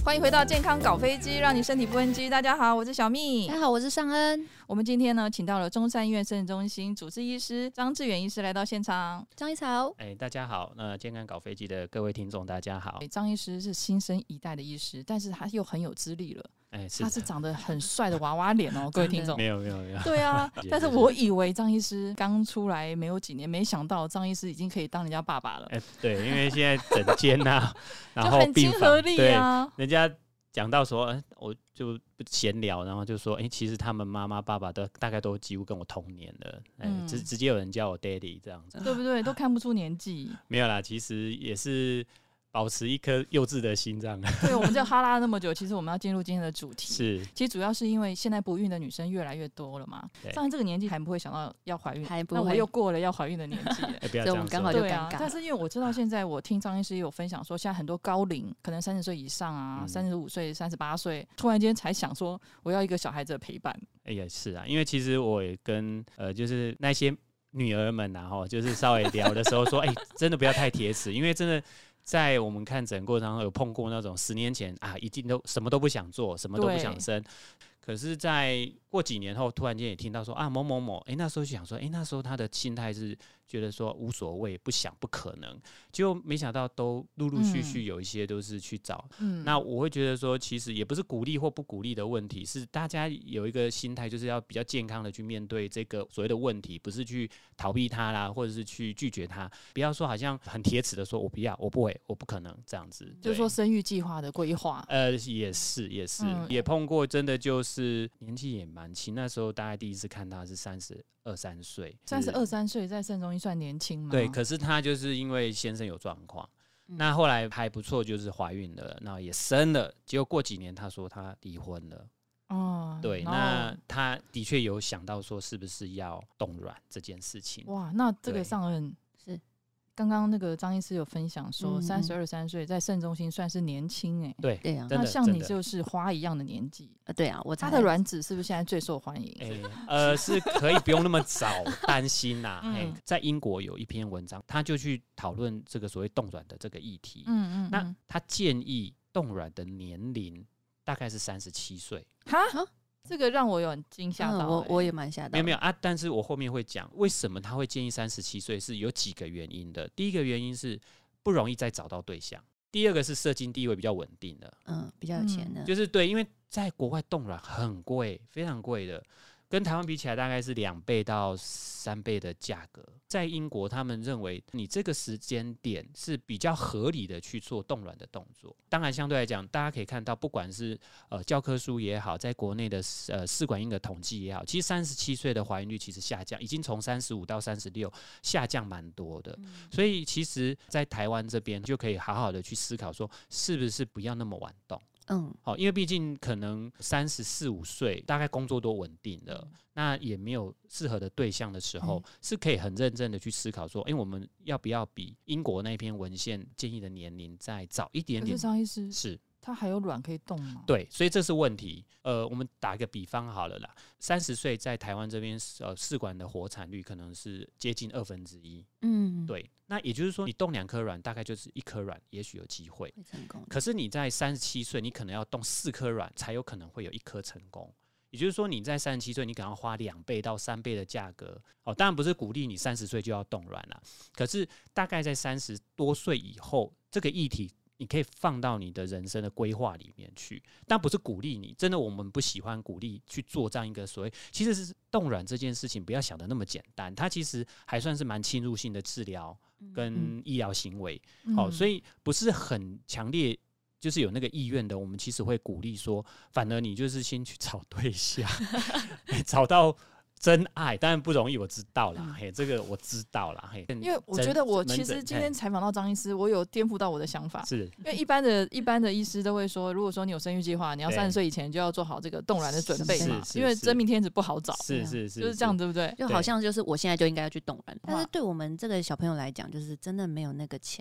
欢迎回到健康搞飞机，让你身体不 NG。大家好，我是小蜜。 大家好，我是尚恩。 我们今天呢，请到了中山医院生殖中心主治医师张志远医师来到现场。 张医草， 大家好，健康搞飞机的各位听众，大家好。 张医师是新生一代的医师，但是他又很有资历了。他是长得很帅的娃娃脸哦，各位听众。 没有。 对啊，但是我以为张医师刚出来没有几年，没想到张医师已经可以当人家爸爸了。 对，因为现在诊间啊，然后就很亲和力啊。 对，人家讲到说，我就闲聊，然后就说，其实他们妈妈爸爸都大概都几乎跟我同年了，直接有人叫我 daddy 这样子， 对不对？都看不出年纪。 没有啦，其实也是保持一颗幼稚的心这样。 对，我们就哈拉那么久，其实我们要进入今天的主题。 是， 其实主要是因为现在不孕的女生越来越多了嘛。上这个年纪还不会想到要怀孕， 还不会， 那我又过了要怀孕的年纪了。 不要这样说， 所以我们刚好就尴尬。 对啊，但是因为我知道现在我听张医师也有分享说，现在很多高龄，可能30岁以上啊，35岁、38岁，突然间才想说我要一个小孩子的陪伴。 也是啊，因为其实我也跟就是那些女儿们啊，就是稍微聊的时候说，真的不要太铁齿，因为真的。在我们看诊过程中有碰过那种10年前啊，一定都什么都不想做，什么都不想生，可是在过几年后突然间也听到说啊某某某，那时候就想说，那时候他的心态是觉得说无所谓，不想不可能，结果没想到都陆陆续续有一些都是去找。那我会觉得说，其实也不是鼓励或不鼓励的问题，是大家有一个心态，就是要比较健康的去面对这个所谓的问题，不是去逃避它啦，或者是去拒绝它，不要说好像很铁齿的说我不要，我不会，我不可能这样子。 就是说生育计划的规划， 也是，也碰过，真的就是年纪也蛮轻，那时候大概第一次看他是32、33岁 ，32、33岁在肾中心算年轻吗？ 对，可是他就是因为先生有状况，那后来还不错，就是怀孕了，那也生了，结果过几年他说他离婚了。对，那他的确有想到说是不是要冻卵这件事情。 哇，那这个上恩是刚刚那个张医师有分享说，32、33岁在肾中心算是年轻对啊， 那像你就是花一样的年纪对啊， 他的卵子是不是现在最受欢迎？ 是可以不用那么早担心啦。在英国有一篇文章，他就去讨论这个所谓冻卵的这个议题。那他建议冻卵的年龄大概是37岁。 哈，这个让我有很惊吓到。 我也蛮吓到。 没有啊，但是我后面会讲为什么他会建议37岁，是有几个原因的。第一个原因是不容易再找到对象，第二个是社经地位比较稳定的， 比较有钱的， 就是对，因为在国外冻卵很贵，非常贵的。跟台湾比起来，大概是2倍到3倍的价格。在英国，他们认为你这个时间点是比较合理的去做冻卵的动作。当然，相对来讲，大家可以看到，不管是教科书也好，在国内的试管婴儿统计也好，其实37岁的怀孕率其实下降，已经从35到36下降蛮多的。所以，其实，在台湾这边就可以好好的去思考说，是不是不要那么晚冻。因为毕竟可能34、35岁，大概工作都稳定了，那也没有适合的对象的时候，是可以很认真的去思考说，我们要不要比英国那篇文献建议的年龄再早一点点？ 可是张医师是。 他还有卵可以冻吗？ 对，所以这是问题。我们打一个比方好了啦，30岁在台湾这边试管的活产率可能是接近1/2。对，那也就是说，你冻2颗卵，大概就是1颗卵，也许有机会成功。 可是你在37岁，你可能要冻4颗卵，才有可能会有1颗成功。也就是说，你在37岁，你可能要花2倍到3倍的价格。当然不是鼓励你30岁就要冻卵啦，可是大概在30多岁以后，这个议题你可以放到你的人生的规划里面去，但不是鼓励你。真的，我们不喜欢鼓励去做这样一个所谓，其实是冻卵这件事情，不要想的那么简单，它其实还算是蛮侵入性的治疗跟医疗行为。所以不是很强烈。就是有那个意愿的，我们其实会鼓励说，反而你就是先去找对象，找到真爱，当然不容易，我知道啦，这个我知道啦， 因为我觉得我其实今天采访到张医师，我有颠覆到我的想法， 是因为一般的医师都会说，如果说你有生育计划，你要30岁以前就要做好这个冻卵的准备嘛，因为真命天子不好找， 是就是这样，对不对？ 就好像就是我现在就应该要去冻卵，但是对我们这个小朋友来讲，就是真的没有那个钱。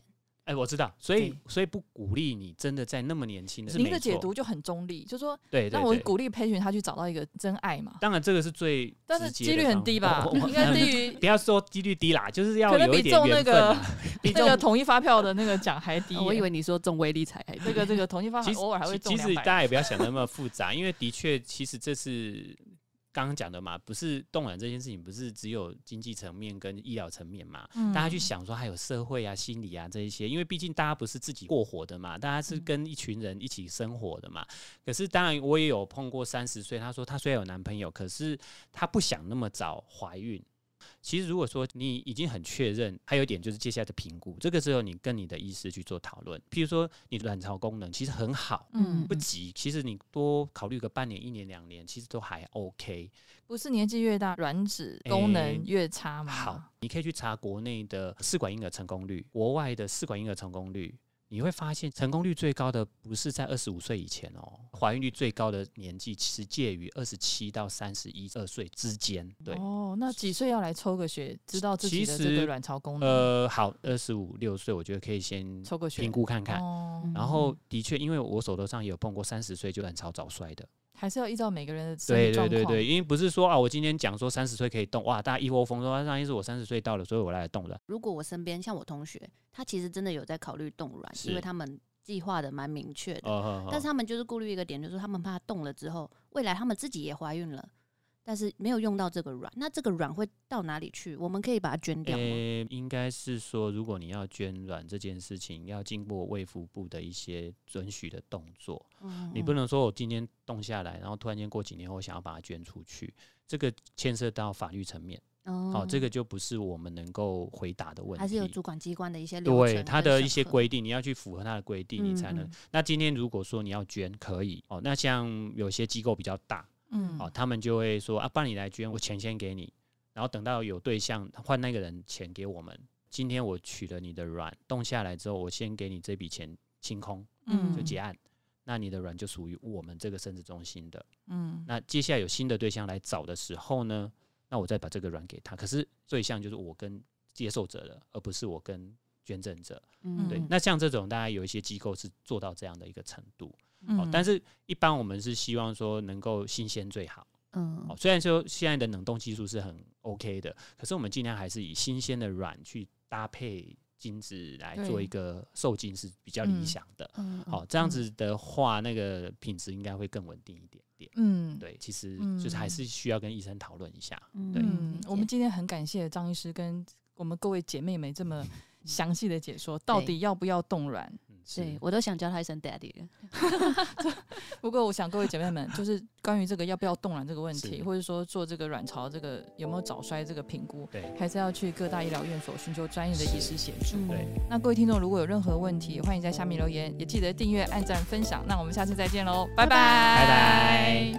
我知道，所以不鼓励你真的在那么年轻的， 您的解读就很中立，就说对， 那我鼓励培群他去找到一个真爱嘛。 当然这个是最， 但是几率很低吧？应该低于不要说几率低啦，就是要有一点缘分比中那个统一发票的那个奖还低。 我以为你说中威力彩还低。 这个统一发票偶尔还会中200。 其实大家也不要想那么复杂，因为的确，其实这是。刚刚讲的嘛，不是冻卵这件事情，不是只有经济层面跟医疗层面嘛，大家去想说还有社会啊、心理啊这一些，因为毕竟大家不是自己过活的嘛，大家是跟一群人一起生活的嘛。可是当然我也有碰过30岁，她说她虽然有男朋友，可是她不想那么早怀孕。其实如果说你已经很确认，还有一点就是接下来的评估，这个时候你跟你的医师去做讨论。譬如说你卵巢功能其实很好，不急，其实你多考虑个半年、1年、2年，其实都还 OK。 不是年纪越大，卵子功能越差吗？ 好，你可以去查国内的试管婴儿成功率，国外的试管婴儿成功率。你会发现成功率最高的不是在25岁以前哦，怀孕率最高的年纪其实介于27到31、2岁之间。对哦，那几岁要来抽个血，知道自己的这个卵巢功能？ 好，25、6岁，我觉得可以先抽个血评估看看。然后的确，因为我手头上也有碰过30岁就卵巢早衰的。 还是要依照每个人的生理状况。 对，因为不是说我今天讲说30岁可以动，哇，大家一窝蜂说上一次我30岁到了，所以我来动了。 如果我身边像我同学，他其实真的有在考虑冻卵，因为他们计划的蛮明确的，但是他们就是顾虑一个点，就是他们怕动了之后，未来他们自己也怀孕了。但是没有用到这个卵，那这个卵会到哪里去？我们可以把它捐掉吗？ 应该是说，如果你要捐卵这件事情，要经过卫福部的一些准许的动作。你不能说我今天动下来，然后突然间过几年后想要把它捐出去，这个牵涉到法律层面。这个就不是我们能够回答的问题， 还是有主管机关的一些流程， 对它的一些规定，你要去符合它的规定，你才能。那今天如果说你要捐，可以那像有些机构比较大。他们就会说不然你来捐，我钱先给你，然后等到有对象换那个人钱给我们。今天我取了你的卵，冻下来之后，我先给你这笔钱清空，就结案。那你的卵就属于我们这个生殖中心的。那接下来有新的对象来找的时候呢，那我再把这个卵给他。可是对象就是我跟接受者的，而不是我跟捐赠者。对，那像这种大概有一些机构是做到这样的一个程度。但是一般我们是希望说能够新鲜最好。虽然说现在的冷冻技术是很 OK 的，可是我们尽量还是以新鲜的卵去搭配精子来做一个受精是比较理想的。这样子的话，那个品质应该会更稳定一点点。对，其实就是还是需要跟医生讨论一下。对， 我们今天很感谢张医师跟我们各位姐妹们这么详细的解说，到底要不要冻卵。 对，我都想叫他一声 daddy 了。 不过我想各位姐妹们，就是关于这个要不要冻卵这个问题，或者说做这个卵巢这个有没有早衰这个评估，还是要去各大医疗院所寻求专业的医师协助。那各位听众如果有任何问题，欢迎在下面留言，也记得订阅、按赞、分享。那我们下次再见喽，拜拜。